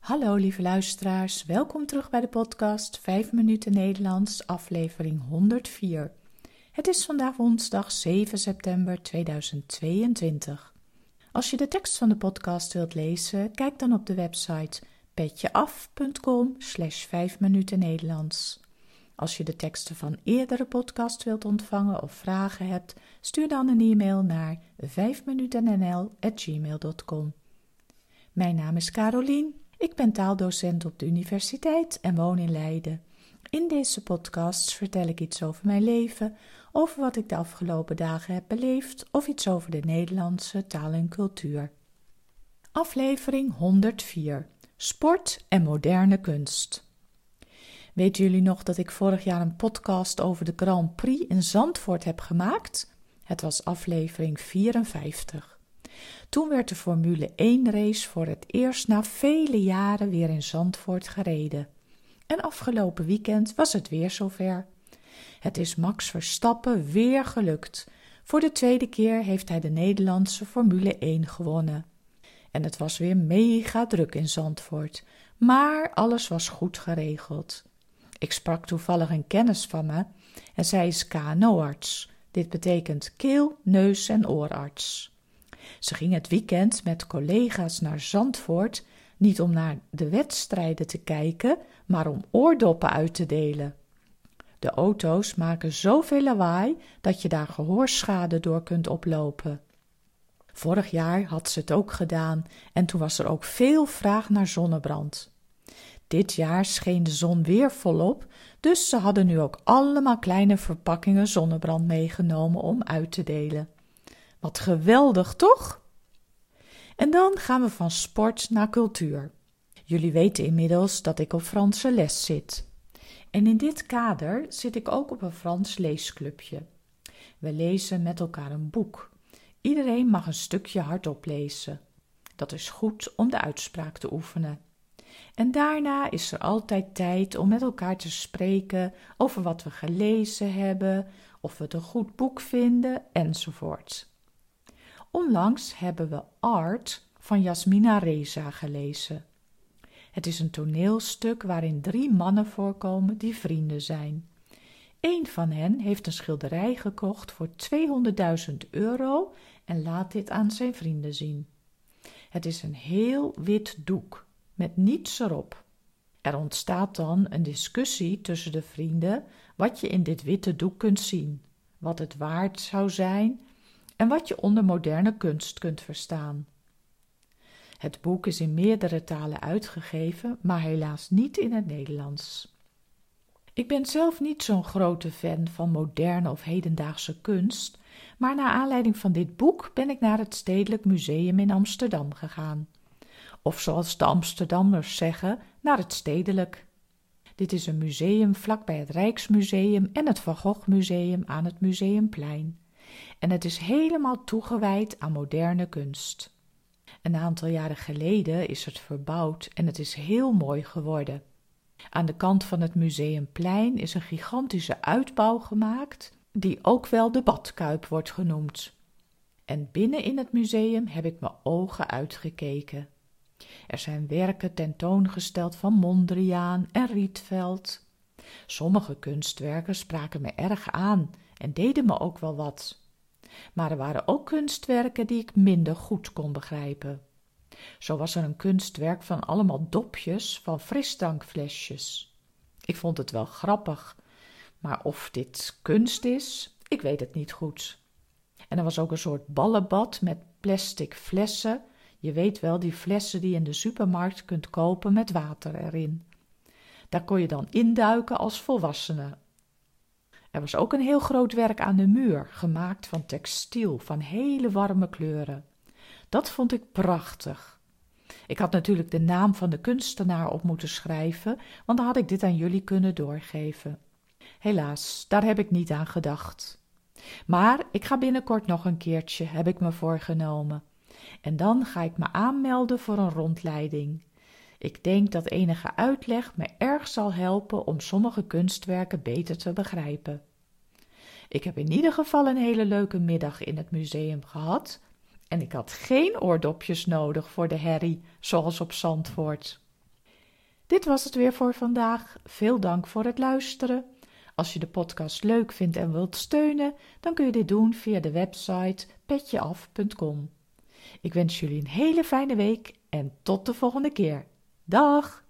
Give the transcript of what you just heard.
Hallo lieve luisteraars, welkom terug bij de podcast 5 minuten Nederlands, aflevering 104. Het is vandaag woensdag 7 september 2022. Als je de tekst van de podcast wilt lezen, kijk dan op de website petjeaf.com/5 minuten Nederlands. Als je de teksten van eerdere podcasts wilt ontvangen of vragen hebt, stuur dan een e-mail naar 5minutennl@gmail.com. Mijn naam is Carolien. Ik ben taaldocent op de universiteit en woon in Leiden. In deze podcasts vertel ik iets over mijn leven, over wat ik de afgelopen dagen heb beleefd of iets over de Nederlandse taal en cultuur. Aflevering 104. Sport en moderne kunst. Weten jullie nog dat ik vorig jaar een podcast over de Grand Prix in Zandvoort heb gemaakt? Het was aflevering 54. Toen werd de Formule 1 race voor het eerst na vele jaren weer in Zandvoort gereden. En afgelopen weekend was het weer zover. Het is Max Verstappen weer gelukt. Voor de tweede keer heeft hij de Nederlandse Formule 1 gewonnen. En het was weer mega druk in Zandvoort, maar alles was goed geregeld. Ik sprak toevallig een kennis van me en zij is KNO-arts. Dit betekent keel-, neus- en oorarts. Ze ging het weekend met collega's naar Zandvoort, niet om naar de wedstrijden te kijken, maar om oordoppen uit te delen. De auto's maken zoveel lawaai dat je daar gehoorschade door kunt oplopen. Vorig jaar had ze het ook gedaan en toen was er ook veel vraag naar zonnebrand. Dit jaar scheen de zon weer volop, dus ze hadden nu ook allemaal kleine verpakkingen zonnebrand meegenomen om uit te delen. Wat geweldig, toch? En dan gaan we van sport naar cultuur. Jullie weten inmiddels dat ik op Franse les zit. En in dit kader zit ik ook op een Frans leesclubje. We lezen met elkaar een boek. Iedereen mag een stukje hardop lezen. Dat is goed om de uitspraak te oefenen. En daarna is er altijd tijd om met elkaar te spreken over wat we gelezen hebben, of we het een goed boek vinden, enzovoort. Onlangs hebben we Art van Yasmina Reza gelezen. Het is een toneelstuk waarin 3 mannen voorkomen die vrienden zijn. Eén van hen heeft een schilderij gekocht voor €200.000 en laat dit aan zijn vrienden zien. Het is een heel wit doek met niets erop. Er ontstaat dan een discussie tussen de vrienden wat je in dit witte doek kunt zien, wat het waard zou zijn en wat je onder moderne kunst kunt verstaan. Het boek is in meerdere talen uitgegeven, maar helaas niet in het Nederlands. Ik ben zelf niet zo'n grote fan van moderne of hedendaagse kunst, maar naar aanleiding van dit boek ben ik naar het Stedelijk Museum in Amsterdam gegaan. Of zoals de Amsterdammers zeggen, naar het Stedelijk. Dit is een museum vlakbij het Rijksmuseum en het Van Gogh Museum aan het Museumplein. En het is helemaal toegewijd aan moderne kunst. Een aantal jaren geleden is het verbouwd en het is heel mooi geworden. Aan de kant van het Museumplein is een gigantische uitbouw gemaakt, die ook wel de Badkuip wordt genoemd. En binnen in het museum heb ik mijn ogen uitgekeken. Er zijn werken tentoongesteld van Mondriaan en Rietveld. Sommige kunstwerken spraken me erg aan en deden me ook wel wat. Maar er waren ook kunstwerken die ik minder goed kon begrijpen. Zo was er een kunstwerk van allemaal dopjes van frisdrankflesjes. Ik vond het wel grappig, maar of dit kunst is, ik weet het niet goed. En er was ook een soort ballenbad met plastic flessen. Je weet wel, die flessen die je in de supermarkt kunt kopen met water erin. Daar kon je dan induiken als volwassene. Er was ook een heel groot werk aan de muur, gemaakt van textiel, van hele warme kleuren. Dat vond ik prachtig. Ik had natuurlijk de naam van de kunstenaar op moeten schrijven, want dan had ik dit aan jullie kunnen doorgeven. Helaas, daar heb ik niet aan gedacht. Maar ik ga binnenkort nog een keertje, heb ik me voorgenomen. En dan ga ik me aanmelden voor een rondleiding. Ik denk dat enige uitleg me erg zal helpen om sommige kunstwerken beter te begrijpen. Ik heb in ieder geval een hele leuke middag in het museum gehad en ik had geen oordopjes nodig voor de herrie, zoals op Zandvoort. Dit was het weer voor vandaag. Veel dank voor het luisteren. Als je de podcast leuk vindt en wilt steunen, dan kun je dit doen via de website petjeaf.com. Ik wens jullie een hele fijne week en tot de volgende keer. Dag!